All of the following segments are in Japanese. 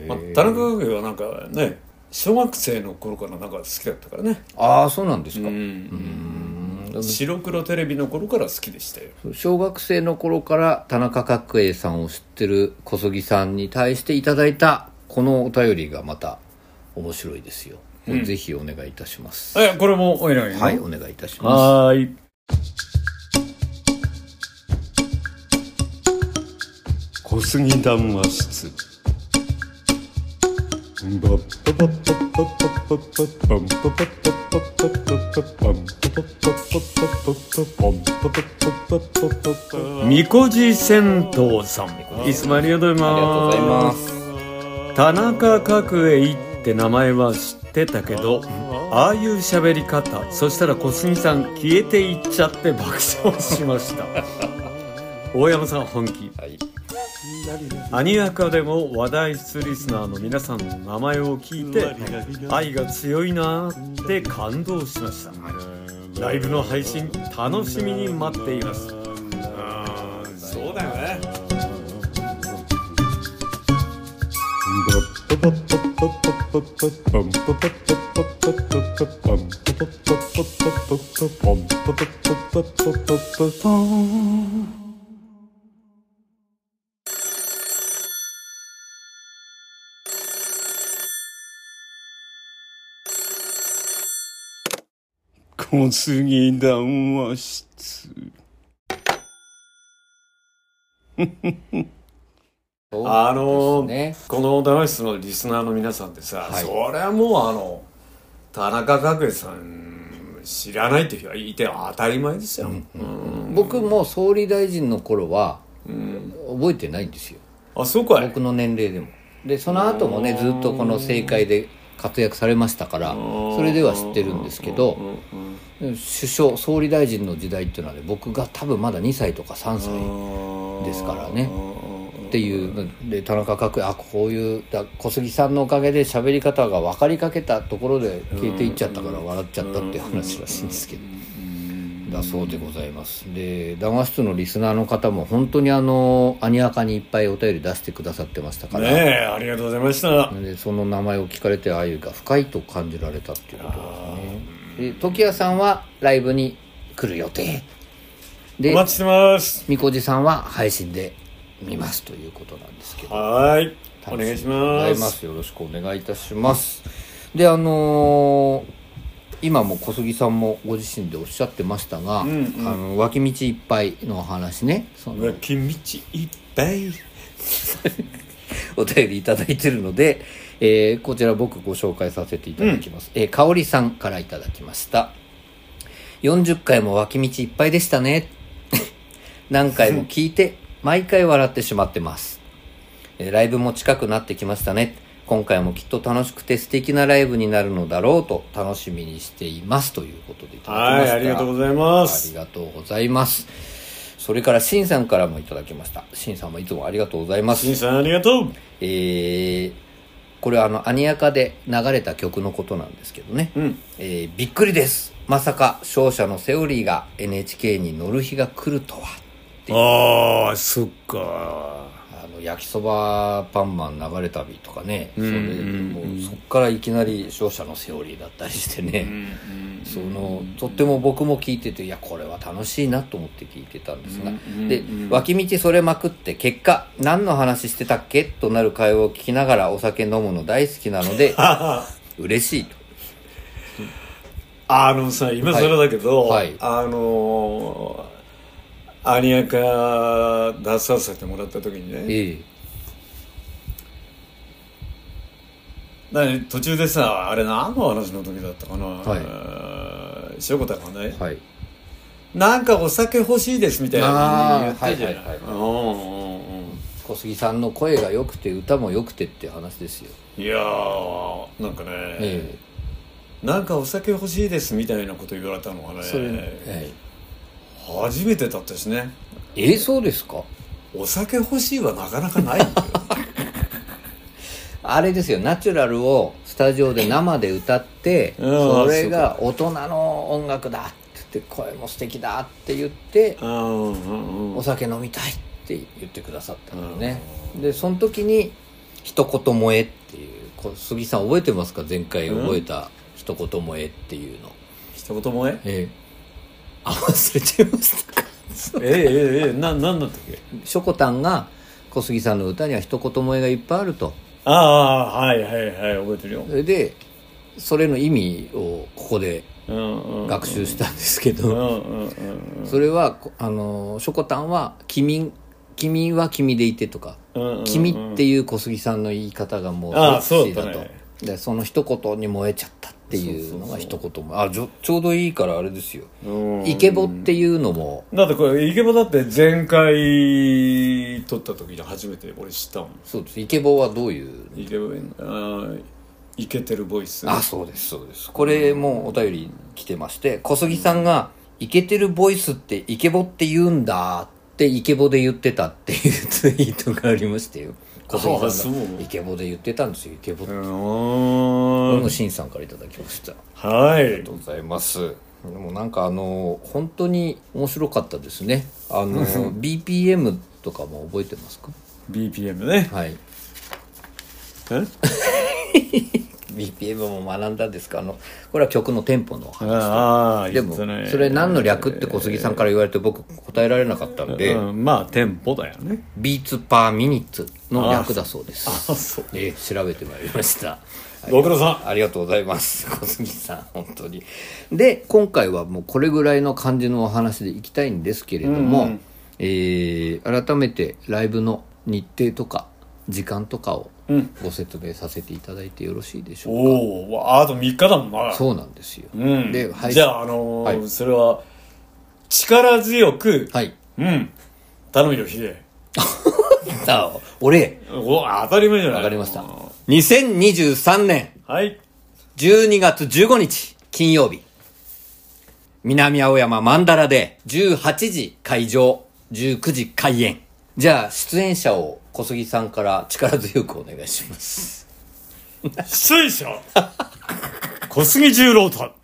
田中角栄はなんかね小学生の頃からなんか好きだったからね。 ああ、そうなんですか。 白黒テレビの頃から好きでしたよ。 小学生の頃から田中角栄さんを知ってる小杉さんに対していただいたこのお便りがまた面白いですよ。ぜひお願いいたします。 これもお願い。 はい、お願いいたします。 はい。小杉談話室。みこじ銭湯さん、いつもありがとうございます。 ありがとうございます。 田中角栄って名前は知ってたけど、ああいう喋り方、そしたら小杉さん消えていっちゃって爆笑しました。大山さん本気。 はい、 アニアカでも話題室リスナーの皆さんの名前を聞いて愛が強いなって感動しました。ライブの配信楽しみに待っています。そうだよね。小杉談話室。この談話室のリスナーの皆さんってさ、それはもう田中角栄さん知らないっていう人はいて当たり前ですよ。 僕も総理大臣の頃は覚えてないんですよ。 あ、そうかい。 僕の年齢でも。でその後もねずっとこの政界で活躍されましたから、それでは知ってるんですけど、首相総理大臣の時代っていうのはね、僕が多分まだ2歳とか3歳ですからねっていうで、田中角栄、こういう小杉さんのおかげで喋り方が分かりかけたところで消えていっちゃったから笑っちゃったっていう話らしいんですけど、だそうでございます。で談話室のリスナーの方も本当にアニアカにいっぱいお便り出してくださってましたからねえ、ありがとうございました。 でその名前を聞かれて愛が深いと感じられたっていうことですね。で時矢さんはライブに来る予定で、 お待ちしてます。 みこじさんは配信で見ますということなんですけど、 はい、お願いします。 よろしくお願いいたします。で今も小杉さんもご自身でおっしゃってましたが、脇道いっぱいのお話ね、 脇道いっぱいお便りいただいてるので、こちら僕ご紹介させていただきます。かおりさんからいただきました。40回も脇道いっぱいでしたね。何回も聞いて毎回笑ってしまってます。ライブも近くなってきましたね。今回もきっと楽しくて素敵なライブになるのだろうと楽しみにしていますということでいただきました。 はい、ありがとうございます。 ありがとうございます。それからしんさんからもいただきました。しんさんもいつもありがとうございます。 しんさんありがとう。 これはアニアカで流れた曲のことなんですけどね、びっくりです。まさか勝者のセオリーが NHK に乗る日が来るとはっていう。 ああ、そっか。 焼きそばパンマン流れ旅とかね、それもうそっからいきなり勝者のセオリーだったりしてね、とっても僕も聞いてて、いやこれは楽しいなと思って聞いてたんですが、で脇道それまくって結果何の話してたっけとなる会話を聞きながらお酒飲むの大好きなので嬉しいと。 さ今更だけど、アニアカ出させてもらった時にね、途中でさ、あれ何の話の時だったかな、塩子太がね、なんかお酒欲しいですみたいな言ってじゃない。 小杉さんの声が良くて歌も良くてって話ですよ。 いやーなんかね、なんかお酒欲しいですみたいなこと言われたのがね、初めてだったしね。 そうですか。 お酒欲しいはなかなかないんだよ。 あれですよ、ナチュラルをスタジオで生で歌ってそれが大人の音楽だって言って声も素敵だって言ってお酒飲みたいって言ってくださったのね。でその時に一言萌えっていう杉さん覚えてますか？前回覚えた一言萌えっていうの。 一言萌え？ 忘れちゃいましたか？ なんだったっけ？ しょこたんが小杉さんの歌には一言萌えがいっぱいあると。 はい覚えてるよ。 それでそれの意味をここで学習したんですけど、それはしょこたんは君は君でいてとか、君っていう小杉さんの言い方がもうセクシーだと、でその一言に燃えちゃったっていうのが一言もちょうどいいからあれですよ。イケボっていうのもだってこれイケボだって前回撮った時に初めて俺知ったもん。 そうです。イケボはどういうイケボイケてるボイス。 そうですこれもお便り来てまして、小杉さんがイケてるボイスってイケボって言うんだってイケボで言ってたっていうツイートがありましたよ。小杉さんがイケボで言ってたんですよ。イケボって。これもシンさんからいただきました。 はい、 ありがとうございます。でもなんか本当に面白かったですね。BPM とかも覚えてますか？ BPM ね。 はい。BPM も学んだんですか？これは曲のテンポの話でもそれ何の略って小杉さんから言われて僕答えられなかったんで、 テンポだよね。 ビーツパーミニッツの略だそうです。 そう調べてまいりました。 ご苦労さん。 ありがとうございます小杉さん本当に。で今回はもうこれぐらいの感じのお話でいきたいんですけれども、改めてライブの日程とか時間とかをご説明させていただいてよろしいでしょうか？ あと3日だもんな。 そうなんですよ。 でじゃあそれは力強く頼むよヒデ。 俺当たり前じゃない。 わかりました。2023年12月15日金曜日、南青山マンダラで18時会場19時開演。じゃあ出演者を小杉さんから力強くお願いします。 出演者小杉十郎太、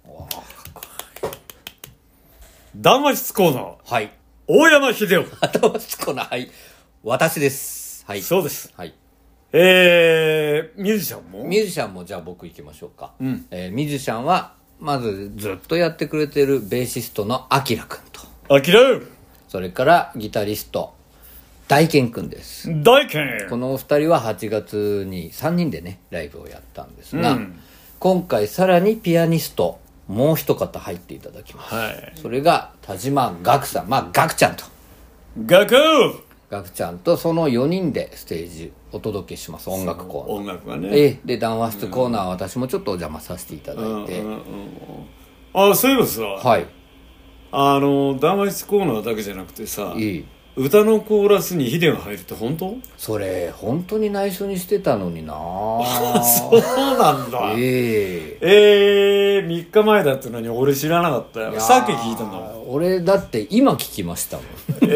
談話室コーナー、 はい、 大山秀夫。 談話室コーナー、はい、私です。はい、 そうです。 はい。 ミュージシャンもじゃあ僕行きましょうか。ミュージシャンはまずずっとやってくれてるベーシストのアキラくんと、それからギタリスト大健くんです。 大健、 このお二人は8月に3人でねライブをやったんですが、今回さらにピアニストもう一方入っていただきます。それが田島岳さん、岳ちゃんと岳ちゃんとその4人でステージお届けします。音楽コーナー、 音楽がね。 で談話室コーナーは私もちょっとお邪魔させていただいて、 そういえばさ、 はい、 談話室コーナーだけじゃなくてさ、歌のコーラスにヒデが入るって本当？それ本当に内緒にしてたのにな。 そうなんだ。3日前だったのに俺知らなかったよ。さっき聞いたんだもん。 俺だって今聞きましたもん。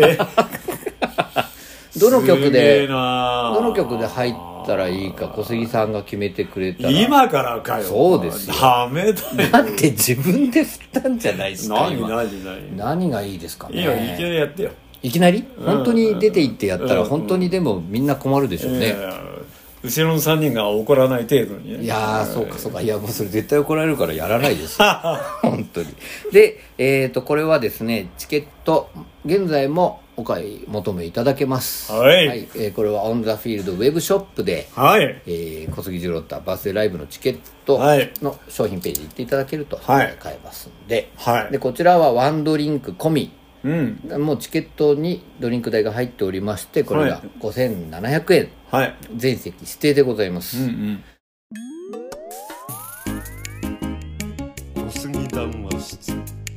どの曲で入ったらいいか小杉さんが決めてくれたら。 今からかよ。 そうですよ。 ダメだよ。 だって自分で振ったんじゃないですか。 何がいいですかね。 いいよ、いきなりやってよ。 いきなり本当に出て行ってやったら本当にでもみんな困るでしょうね。 後ろの3人が怒らない程度にね。 いやそうか。いやもうそれ絶対怒られるからやらないですよ。本当に。で、これはですね、チケット現在もお買い求めいただけます。これはオンザフィールドウェブショップで、小杉十郎太バースデーライブのチケットの商品ページ行っていただけると買えますんで、でこちらはワンドリンク込み、もうチケットにドリンク代が入っておりまして、これが5700円、全席指定でございます。 小杉談話室。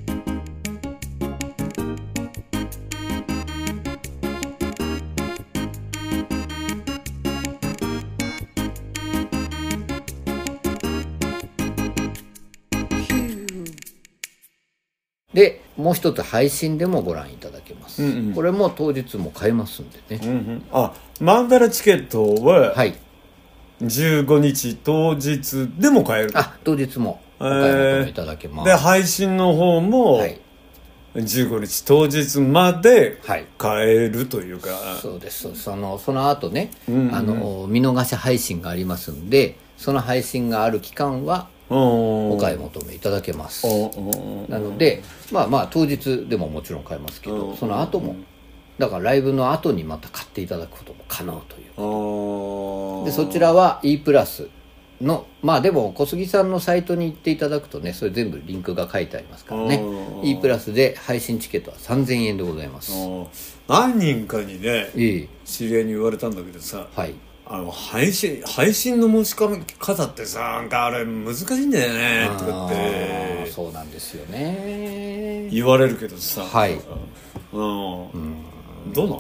でもう一つ配信でもご覧いただけます。これも当日も買えますんでね。 マンダラチケットは15日当日でも買える。 当日もお買い求めいただけます。 で配信の方も、 15日当日まではい買えるというか、 そうです。その後ね、見逃し配信がありますんで、その配信がある期間はお買い求めいただけます。なのでまあ当日でももちろん買えますけど、その後もだからライブの後にまた買っていただくことも可能というで、そちらは E プラスのでも小杉さんのサイトに行っていただくとね、それ全部リンクが書いてありますからね。 E プラスで配信チケットは3000円でございます。 何人かにね、知り合いに言われたんだけどさ、 はい、 配信の申し込み方ってさ、なんかあれ難しいんだよねとかってそうなんですよね、 言われるけどさ、 はい、 どうなの？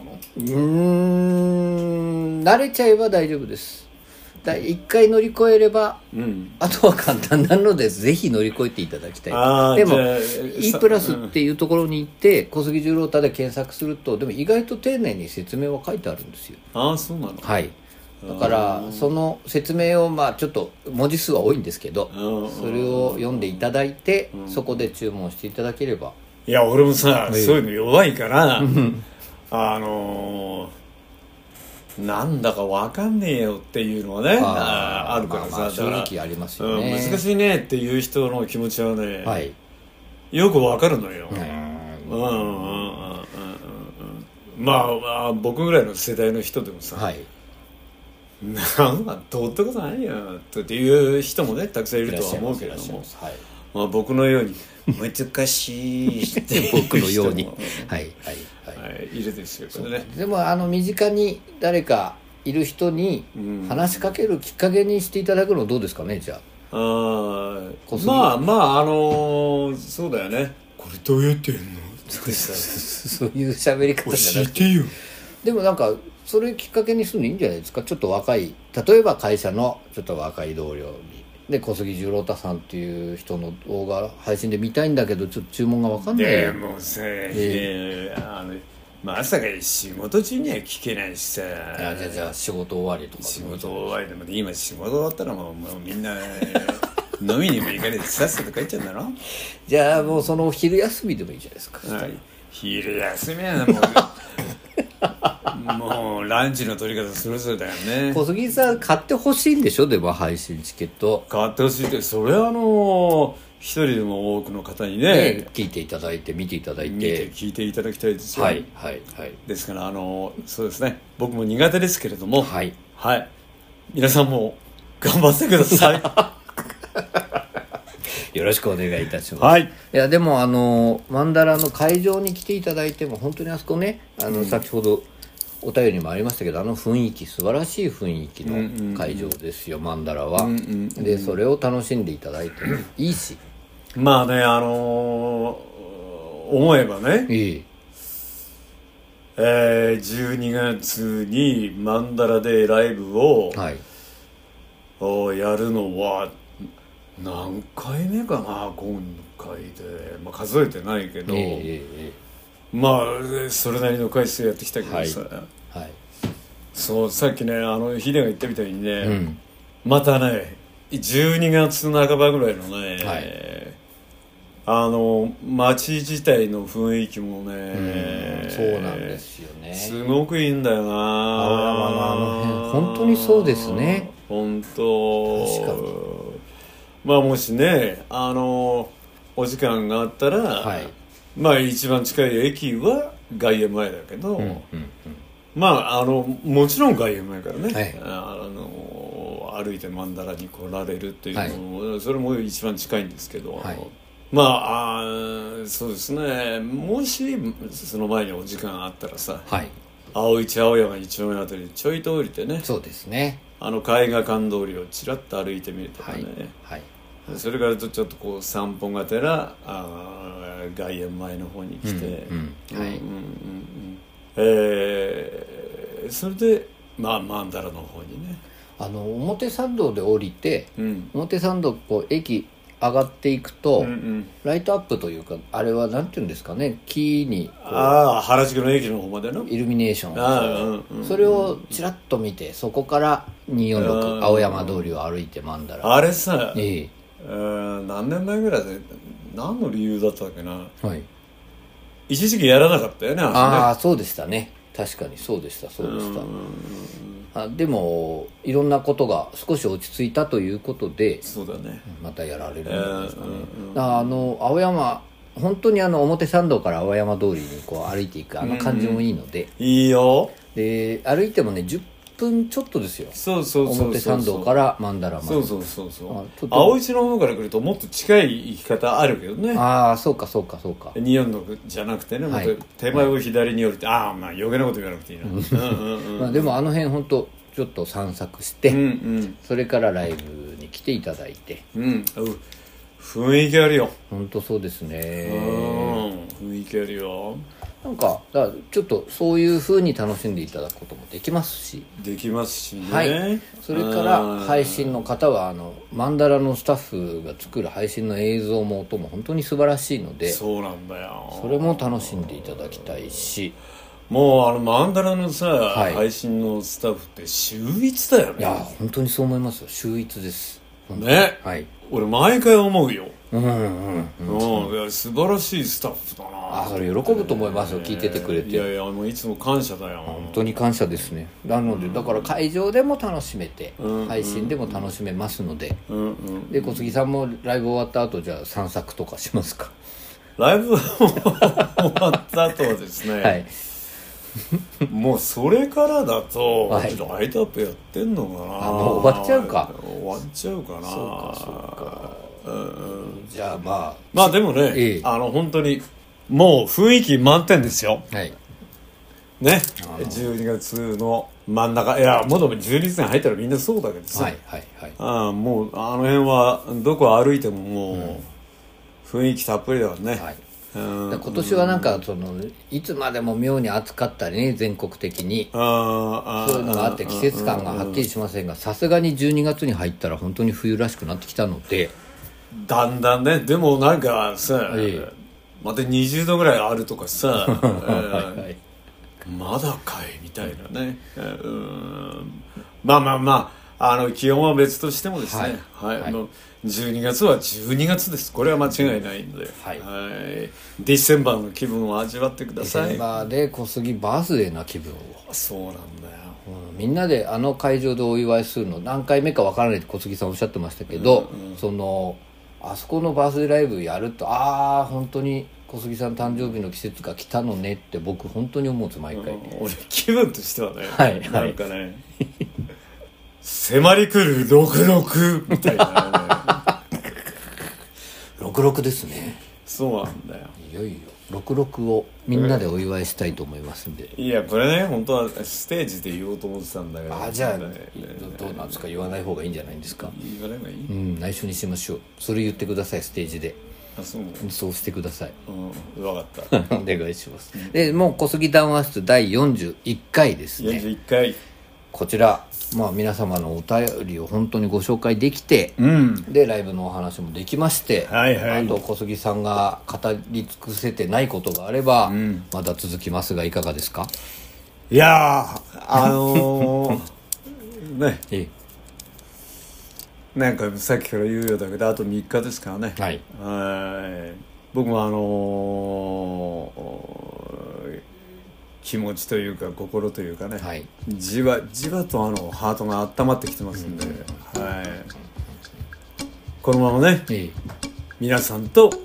慣れちゃえば大丈夫です。一回乗り越えれば、あとは簡単なのでぜひ乗り越えていただきたい。でも E プラスっていうところに行って小杉十郎太で検索すると、でも意外と丁寧に説明は書いてあるんですよ。 そうなの？ はい。だからその説明をちょっと文字数は多いんですけど、それを読んでいただいて、そこで注文していただければ。 いや俺もさ、そういうの弱いからなんだかわかんねえよっていうのはね、あるからさ、 正直ありますよね、 難しいねっていう人の気持ちはね、 はい、 よくわかるのよ。僕ぐらいの世代の人でもさ、 はい、 なんかどうってことないよっていう人もねたくさんいるとは思うけれども、僕のように難しいって僕のようにいるですよ。これね、でも身近に誰かいる人に話しかけるきっかけにしていただくのどうですかね。じゃあそうだよね。これどうやってやるのそういう喋り方じゃなくて、 教えてよ。 でもなんかそれきっかけにするのいいんじゃないですか。ちょっと若い、例えば会社のちょっと若い同僚にで小杉十郎太さんっていう人の動画配信で見たいんだけどちょっと注文が分かんないでもさ、まさか仕事中には聞けないしさ。 じゃあ仕事終わりとか。 仕事終わりでも今仕事終わったらもうみんな飲みにも行かれてさっさと帰っちゃうんだろ。 じゃあもうその昼休みでもいいじゃないですか。 昼休みはもうランチの取り方それぞれだよね。 小杉さん買ってほしいんでしょ。でも配信チケット買ってほしいって、それは一人でも多くの方にね聞いていただいて見ていただいて聞いていただきたいですよ。 はい。 ですからそうですね、僕も苦手ですけれども、 はい、 皆さんも頑張ってくださいよろしくお願いいたします。いやでもマンダラの会場に来ていただいても本当にあそこね、先ほどお便りにもありましたけど、雰囲気素晴らしい雰囲気の会場ですよ、マンダラは。でそれを楽しんでいただいてもいいし、 思えばね、12月にマンダラでライブを、やるのは何回目かな今回で、数えてないけど、それなりの回数やってきたけどさ、そうさっきねヒデが言ったみたいにね、またね12月半ばぐらいのね、街自体の雰囲気もね、 そうなんですよね、 すごくいいんだよな。 青山の辺本当にそうですね。 本当確かに。もしねお時間があったら、一番近い駅は外苑前だけど、もちろん外苑前からね、歩いて曼荼羅に来られるっていうのも、それも一番近いんですけど、そうですね、もしその前にお時間あったらさ、青山一丁目あたりちょいと降りてね、 そうですね、 絵画館通りをちらっと歩いてみるとかね、それからちょっとこう散歩がてら外苑前の方に来て、それで曼荼羅の方にね、 表参道で降りて、表参道こう駅上がっていくと、ライトアップというか、あれはなんていうんですかね、木に原宿の駅の方までのイルミネーション、それをちらっと見て、そこから246青山通りを歩いて曼荼羅、 あれさ、何年前ぐらいで何の理由だったっけな、 一時期やらなかったよね。 ああ、そうでしたね。確かにそうでした、そうでした。でもいろんなことが少し落ち着いたということで、 そうだね、 またやられるんですかね。青山、本当に表参道から青山通りにこう歩いていく感じもいいので、 いいよ。 で歩いてもね10分ちょっとですよ。 そうそうそうそう、 表参道から曼荼羅まで。 そうそうそうそう。青市の方から来るともっと近い行き方あるけどね。 ああ、そうかそうかそうか。 246じゃなくてね、もっと手前を左に降りて、ああ、まあ余計なこと言わなくていいな。 まあでも辺本当ちょっと散策して、それからライブに来ていただいて、 雰囲気あるよ。 本当そうですね。 雰囲気あるよ。 なんかだからちょっとそういう風に楽しんでいただくこともできますし、 できますしね。 はい。それから配信の方は曼荼羅のスタッフが作る配信の映像も音も本当に素晴らしいので、 そうなんだよ。 それも楽しんでいただきたいし、 もう曼荼羅のさ、配信のスタッフって秀逸だよね。 いや本当にそう思いますよ。秀逸ですね。 はい。 俺毎回思うよ。素晴らしいスタッフだな。 それ喜ぶと思いますよ、聞いててくれて。 いやいや、もういつも感謝だよ。 本当に感謝ですね。なのでだから会場でも楽しめて、配信でも楽しめますので、で小杉さんもライブ終わった後じゃあ散策とかしますか？ ライブ終わった後はですね、 はい、 もうそれからだと、ライトアップやってんのかな。 もう終わっちゃうか。 終わっちゃうかな。 そうかそうか。じゃあまあでもね、本当にもう雰囲気満点ですよ。 はい。 ね、12月の真ん中、いやもう12月に入ったらみんなそうだけどさ、 はいはいはい。 もう辺はどこ歩いてももう雰囲気たっぷりだからね。はい。 今年はなんかいつまでも妙に暑かったりね、全国的にそういうのがあって季節感がはっきりしませんが、さすがに12月に入ったら本当に冬らしくなってきたので、 だんだんね。でもなんかさ、また20度ぐらいあるとかさ、まだかいみたいなね。まあ気温は別としてもですね、12月は12月です。これは間違いないので、ディセンバーの気分を味わってください。 ディセンバーで小杉バースデーな気分を。 そうなんだよ。 みんなで会場でお祝いするの何回目かわからないって小杉さんおっしゃってましたけど、あそこのバースデーライブやると、本当に小杉さん誕生日の季節が来たのねって僕本当に思うんです、毎回。 俺気分としてはね、なんかね迫り来る66みたいなね 66ですね。 そうなんだよ。 いよいよ66をみんなでお祝いしたいと思いますんで。 いやこれね、本当はステージで言おうと思ってたんだけど、 じゃあどうなんですか？言わない方がいいんじゃないんですか？ 言わない方がいい？ 内緒にしましょう。それ言ってください、ステージで。そうしてください。 分かったお願いします。でもう小杉談話室第41回ですね。 41回。こちら皆様のお便りを本当にご紹介できて、でライブのお話もできまして、あと小杉さんが語り尽くせてないことがあれば、まだ続きますがいかがですか？ いやねなんかさっきから言うようだけど、あと3日ですからね。僕も気持ちというか心というかね、じわじわとハートが温まってきてますんで、このままね、皆さんと、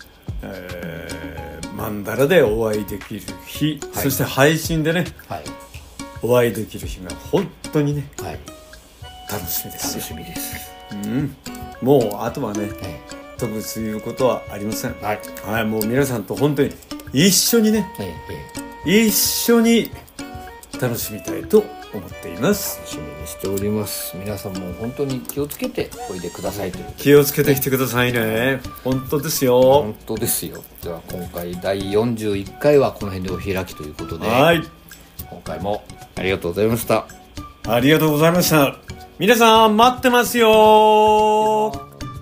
曼荼羅でお会いできる日、そして配信でね、お会いできる日が本当にね、楽しみですよ。 楽しみです。 もうあとはね、特にそういうことはありません。もう皆さんと本当に一緒にね、一緒に楽しみたいと思っています。 楽しみにしております。皆さんも本当に気をつけておいでくださいという。 気をつけてきてくださいね。本当ですよ。 本当ですよ。では今回第41回はこの辺でお開きということで、今回もありがとうございました。 ありがとうございました。皆さん待ってますよ。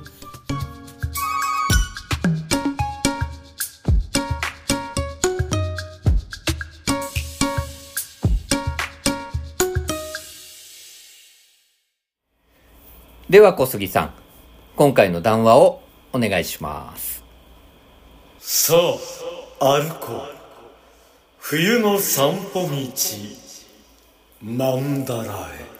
では小杉さん、今回の談話をお願いします。 そう、 歩こう冬の散歩道マンダラへ。